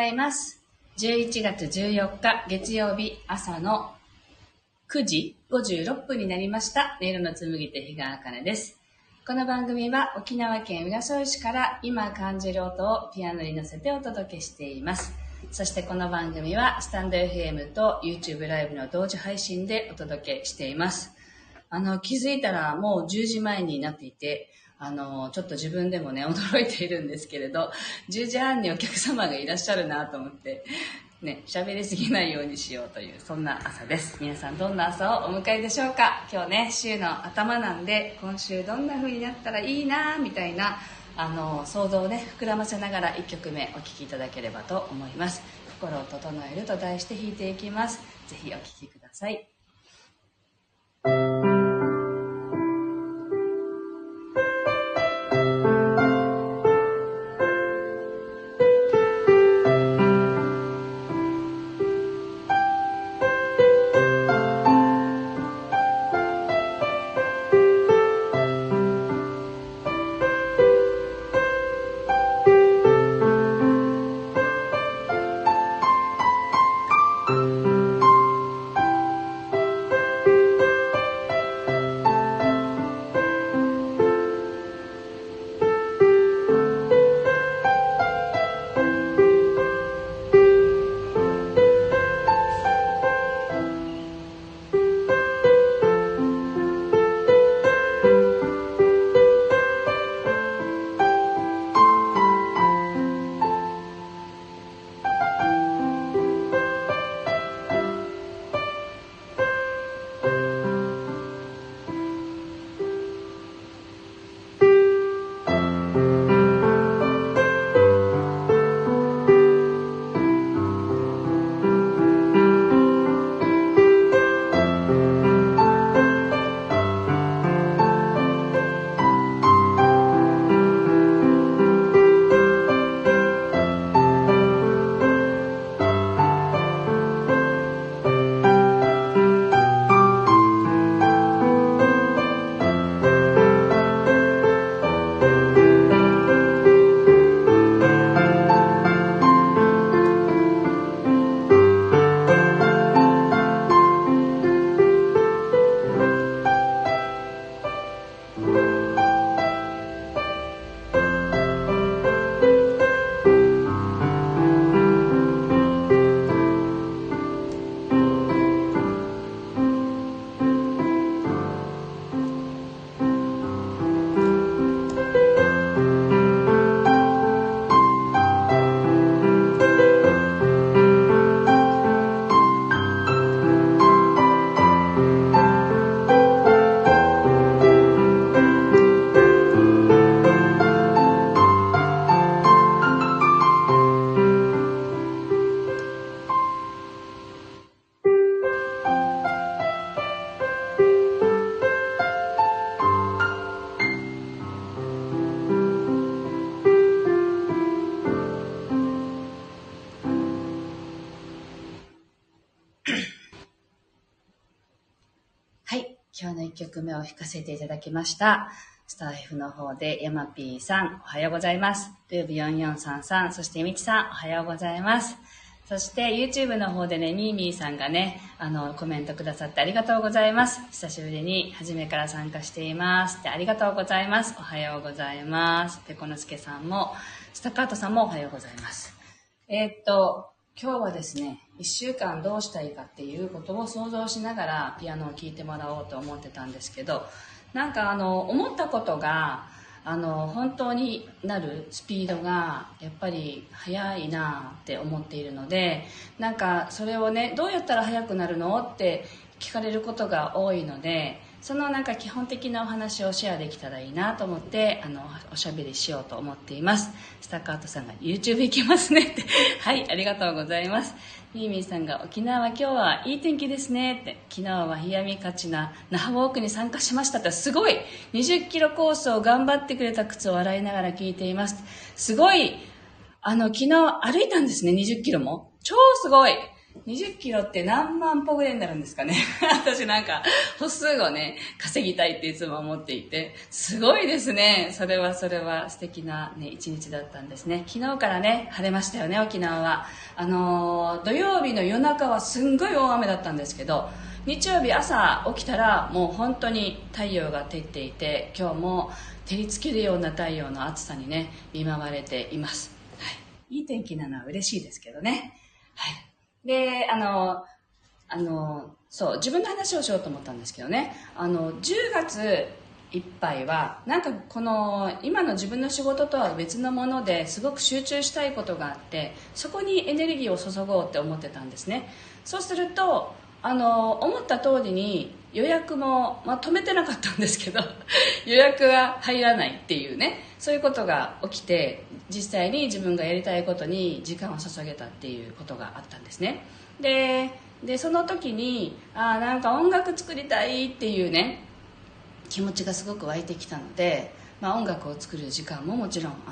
います。11月14日月曜日朝の9時56分になりました。音色の紡手日川茜です。この番組は沖縄県浦添市から今感じる音をピアノに乗せてお届けしています。そしてこの番組はスタンド FM と YouTube ライブの同時配信でお届けしています。気づいたらもう10時前になっていて、ちょっと自分でもね、驚いているんですけれど、10時半にお客様がいらっしゃるなと思って、ね、喋りすぎないようにしようという、そんな朝です。皆さんどんな朝をお迎えでしょうか。今日ね、週の頭なんで、今週どんな風になったらいいなみたいな、想像をね、膨らませながら1曲目お聴きいただければと思います。心を整えると題して弾いていきます。ぜひお聴きください。今日の1曲目を弾かせていただきました。スタイフの方でヤマピーさんおはようございます。ルーブ4433、そしてみちさんおはようございます。そして YouTube の方でね、ミーミーさんがね、コメントくださってありがとうございます。久しぶりに初めから参加していますってありがとうございます。おはようございます。ペコのすけさんも、スタカートさんもおはようございます。今日はですね、1週間どうしたいかっていうことを想像しながらピアノを聴いてもらおうと思ってたんですけど、なんか思ったことが本当になるスピードがやっぱり速いなって思っているので、なんかそれをね、どうやったら速くなるのって聞かれることが多いので、そのなんか基本的なお話をシェアできたらいいなと思っておしゃべりしようと思っています。スタカートさんが YouTube 行きますねってはいありがとうございます。ミーミーさんが沖縄は今日はいい天気ですねって、昨日は冷やみ勝ちな那覇ウォークに参加しましたって、すごい20キロコースを頑張ってくれた靴を洗いながら聞いています。すごい昨日歩いたんですね。20キロも超すごい。 20キロって何万歩ぐらいになるんですかね。私なんか歩数をね、稼ぎたいっていつも思っていて、すごいですね。それは素敵なね、一日だったんですね。昨日からね、晴れましたよね、沖縄は。土曜日の夜中はすんごい大雨だったんですけど、日曜日朝起きたらもう本当に太陽が照っていて、今日も照りつけるような太陽の暑さにね、見舞われています。はい。いい天気なのは嬉しいですけどね。はい。で、そう、自分の話をしようと思ったんですけどね、10月いっぱいは、なんかこの、今の自分の仕事とは別のものですごく集中したいことがあって、そこにエネルギーを注ごうって思ってたんですね。そうすると、思った通りに予約も、止めてなかったんですけど、予約が入らないっていうね、そういうことが起きて、実際に自分がやりたいことに時間を注げたっていうことがあったんですね。でその時になんか音楽作りたいっていうね気持ちがすごく湧いてきたので、音楽を作る時間ももちろんあって、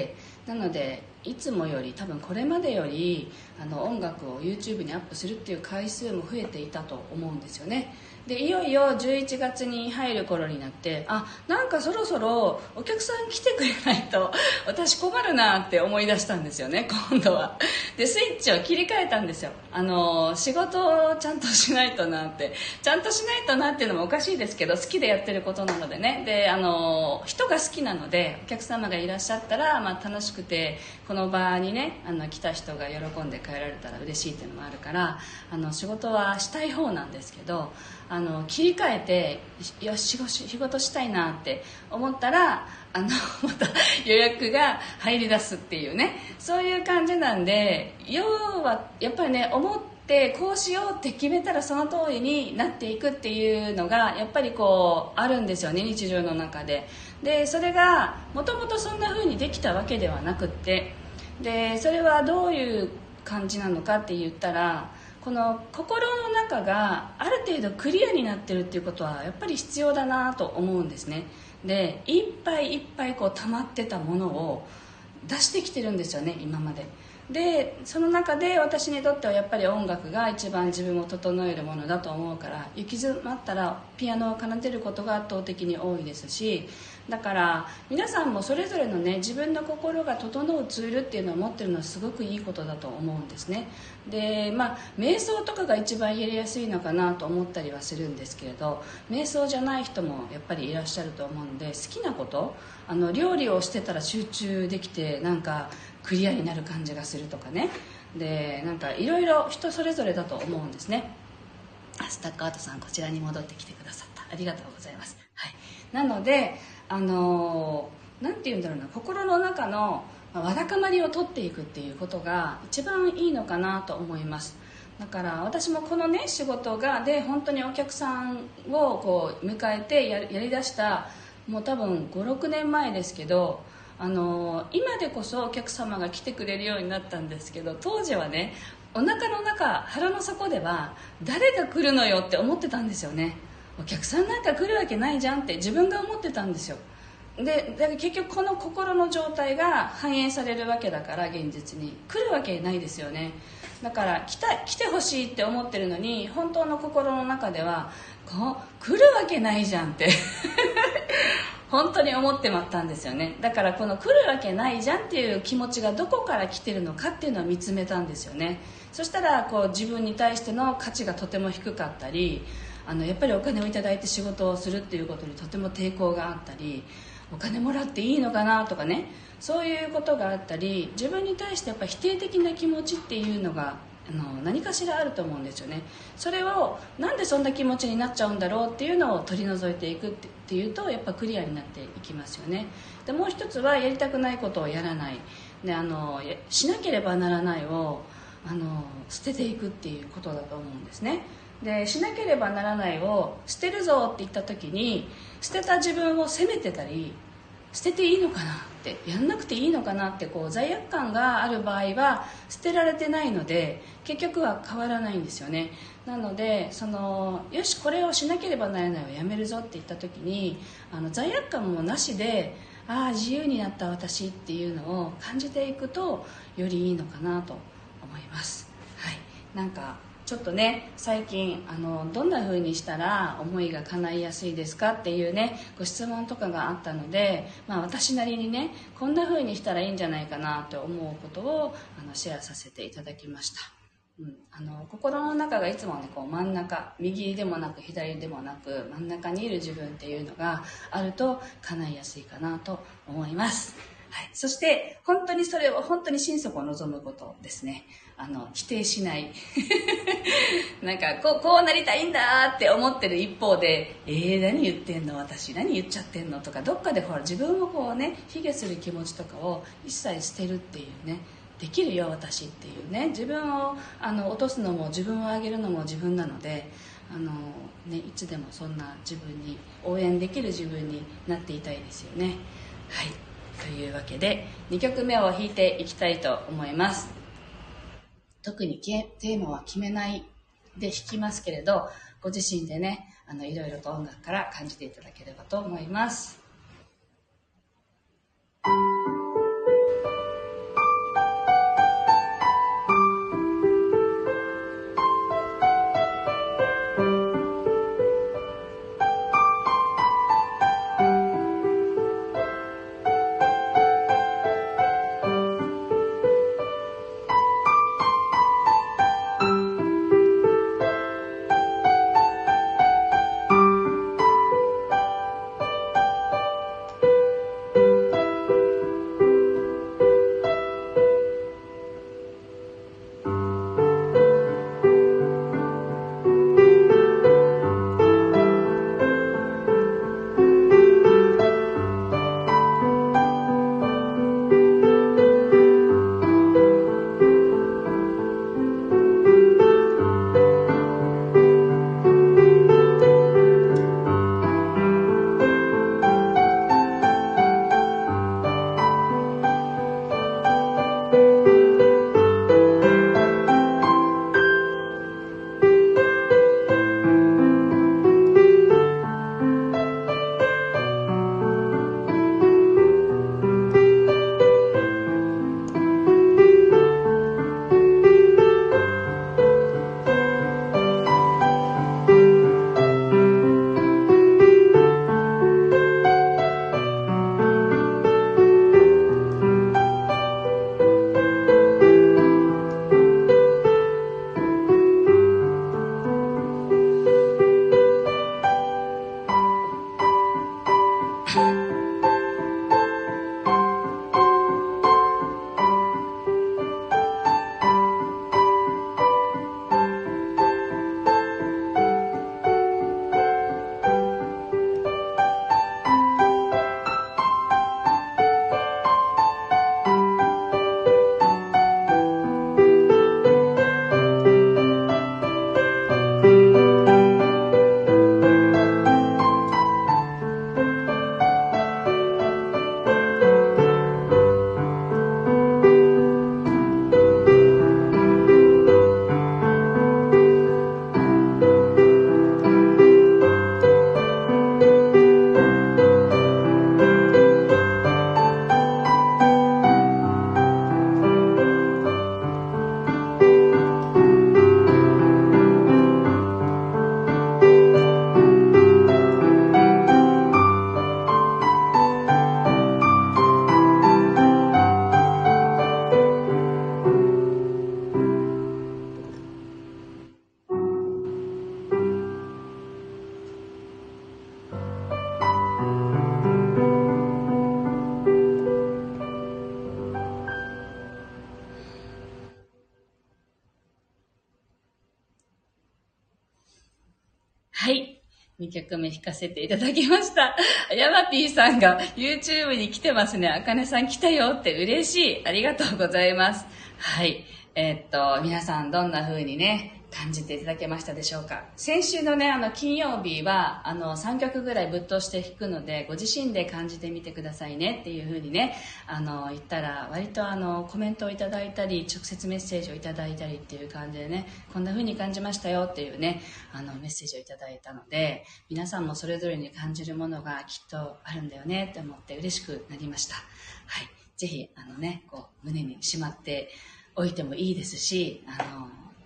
なのでいつもより多分これまでより音楽を YouTube にアップするっていう回数も増えていたと思うんですよね。でいよいよ11月に入る頃になって、なんかそろそろお客さん来てくれないと私困るなって思い出したんですよね、今度は。でスイッチを切り替えたんですよ。仕事をちゃんとしないとなって、ちゃんとしないとなっていうのもおかしいですけど、好きでやってることなのでね。で人が好きなので、お客様がいらっしゃったら、楽しくてこの場にね来た人が喜んで帰られたら嬉しいっていうのもあるから、仕事はしたい方なんですけど、切り替えてよし仕事したいなって思ったらまた予約が入り出すっていうね、そういう感じなんで、要はやっぱりね、思ってこうしようって決めたらその通りになっていくっていうのがやっぱりこうあるんですよね、日常の中で。でそれがもともとそんな風にできたわけではなくって、でそれはどういう感じなのかって言ったら、この心の中がある程度クリアになってるっていうことはやっぱり必要だなと思うんですね。でいっぱいいっぱいこう溜まってたものを出してきてるんですよね、今まで。でその中で私にとってはやっぱり音楽が一番自分を整えるものだと思うから、行き詰まったらピアノを奏でることが圧倒的に多いですし、だから皆さんもそれぞれのね、自分の心が整うツールっていうのを持ってるのはすごくいいことだと思うんですね。で瞑想とかが一番やりやすいのかなと思ったりはするんですけれど、瞑想じゃない人もやっぱりいらっしゃると思うので、好きなこと、料理をしてたら集中できてなんかクリアになる感じがするとかね。でなんかいろいろ人それぞれだと思うんですね。スタッカートさん、こちらに戻ってきてくださった、ありがとうございます。はい、なのでなんて言うんだろうな、心の中のわだかまりを取っていくっていうことが一番いいのかなと思います。だから私もこのね仕事で本当にお客さんをこう迎えてやりだしたもう多分 5,6 年前ですけど、今でこそお客様が来てくれるようになったんですけど、当時はね、お腹の中、腹の底では誰が来るのよって思ってたんですよね。お客さんなんか来るわけないじゃんって自分が思ってたんですよ。でだから結局この心の状態が反映されるわけだから、現実に来るわけないですよね。だから来てほしいって思ってるのに、本当の心の中では来るわけないじゃんって本当に思ってまったんですよね。だからこの来るわけないじゃんっていう気持ちがどこから来てるのかっていうのを見つめたんですよね。そしたらこう自分に対しての価値がとても低かったり、やっぱりお金をいただいて仕事をするっていうことにとても抵抗があったり、お金もらっていいのかなとかね、そういうことがあったり、自分に対してやっぱ否定的な気持ちっていうのが何かしらあると思うんですよね。それをなんでそんな気持ちになっちゃうんだろうっていうのを取り除いていくっていうと、やっぱクリアになっていきますよね。でもう一つはやりたくないことをやらない、でしなければならないを捨てていくっていうことだと思うんですね。でしなければならないを捨てるぞって言った時に、捨てた自分を責めてたり、捨てていいのかなって、やんなくていいのかなってこう罪悪感がある場合は捨てられてないので、結局は変わらないんですよね。なのでよしこれをしなければならないをやめるぞって言った時に、罪悪感もなしで自由になった私っていうのを感じていくとよりいいのかなと思います。はい、 なんかちょっとね、最近どんな風にしたら思いが叶いやすいですかっていうね、ご質問とかがあったので、私なりにね、こんな風にしたらいいんじゃないかなと思うことをシェアさせていただきました。心の中がいつもね、こう真ん中、右でもなく左でもなく真ん中にいる自分っていうのがあると叶いやすいかなと思います。はい、そして本当にそれを本当に心底望むことですね。否定しないなんかこうなりたいんだって思ってる一方で、何言ってんの私、何言っちゃってんのとか、どっかでほら自分をこうね、卑下する気持ちとかを一切捨てるっていうね、できるよ私っていうね、自分を落とすのも自分を上げるのも自分なので、いつでもそんな自分に応援できる自分になっていたいですよね。はい、というわけで2曲目を弾いていきたいと思います。特にテーマは決めないで弾きますけれど、ご自身でね、いろいろと音楽から感じていただければと思います。はい。2曲目弾かせていただきました。ヤマピーさんが YouTube に来てますね。あかねさん来たよって嬉しい。ありがとうございます。はい。皆さんどんな風にね、感じていただけましたでしょうか。先週のね、金曜日は、3曲ぐらいぶっ通して弾くので、ご自身で感じてみてくださいねっていう風にね、言ったら、割とコメントをいただいたり、直接メッセージをいただいたりっていう感じでね、こんな風に感じましたよっていうね、メッセージをいただいたので、皆さんもそれぞれに感じるものがきっとあるんだよねって思って嬉しくなりました。はい。ぜひ、こう、胸にしまっておいてもいいですし、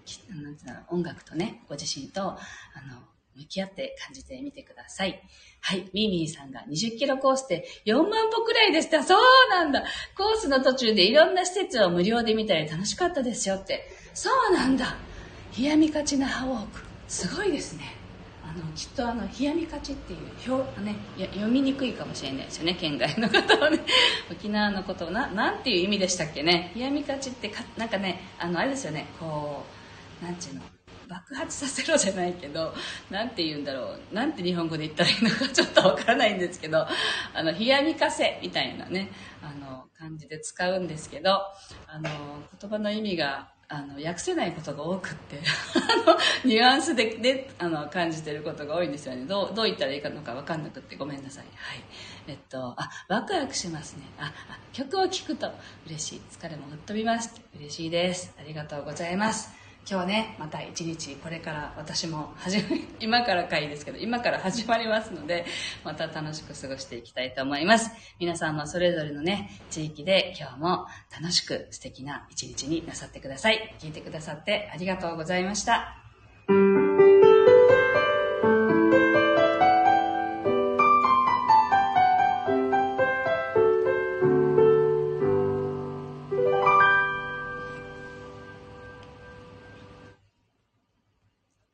なんていうの、音楽とね、ご自身と、向き合って感じてみてください。はい。ミーミーさんが20キロコースで4万歩くらいでした。そうなんだ。コースの途中でいろんな施設を無料で見たり楽しかったですよって。そうなんだ。冷やみ勝ち那覇ウォーク。すごいですね。きっと冷やみ勝ちっていう表、ね、読みにくいかもしれないですよね。県外の方はね。沖縄のことをなんていう意味でしたっけね。冷やみ勝ちってなんかね、あれですよね。こう、なんていうの。爆発させろじゃないけど、なんて言うんだろう、なんて日本語で言ったらいいのかちょっとわからないんですけど、冷やみかせみたいなね、感じで使うんですけど、言葉の意味が、訳せないことが多くって、ニュアンスでね、感じてることが多いんですよね。どう言ったらいいのかわかんなくってごめんなさい。はい。ワクワクしますね。曲を聴くと嬉しい。疲れも吹っ飛びます。嬉しいです。ありがとうございます。今日ね、また一日これから私も今から会ですけど、今から始まりますので、また楽しく過ごしていきたいと思います。皆さんもそれぞれのね、地域で今日も楽しく素敵な一日になさってください。聞いてくださってありがとうございました。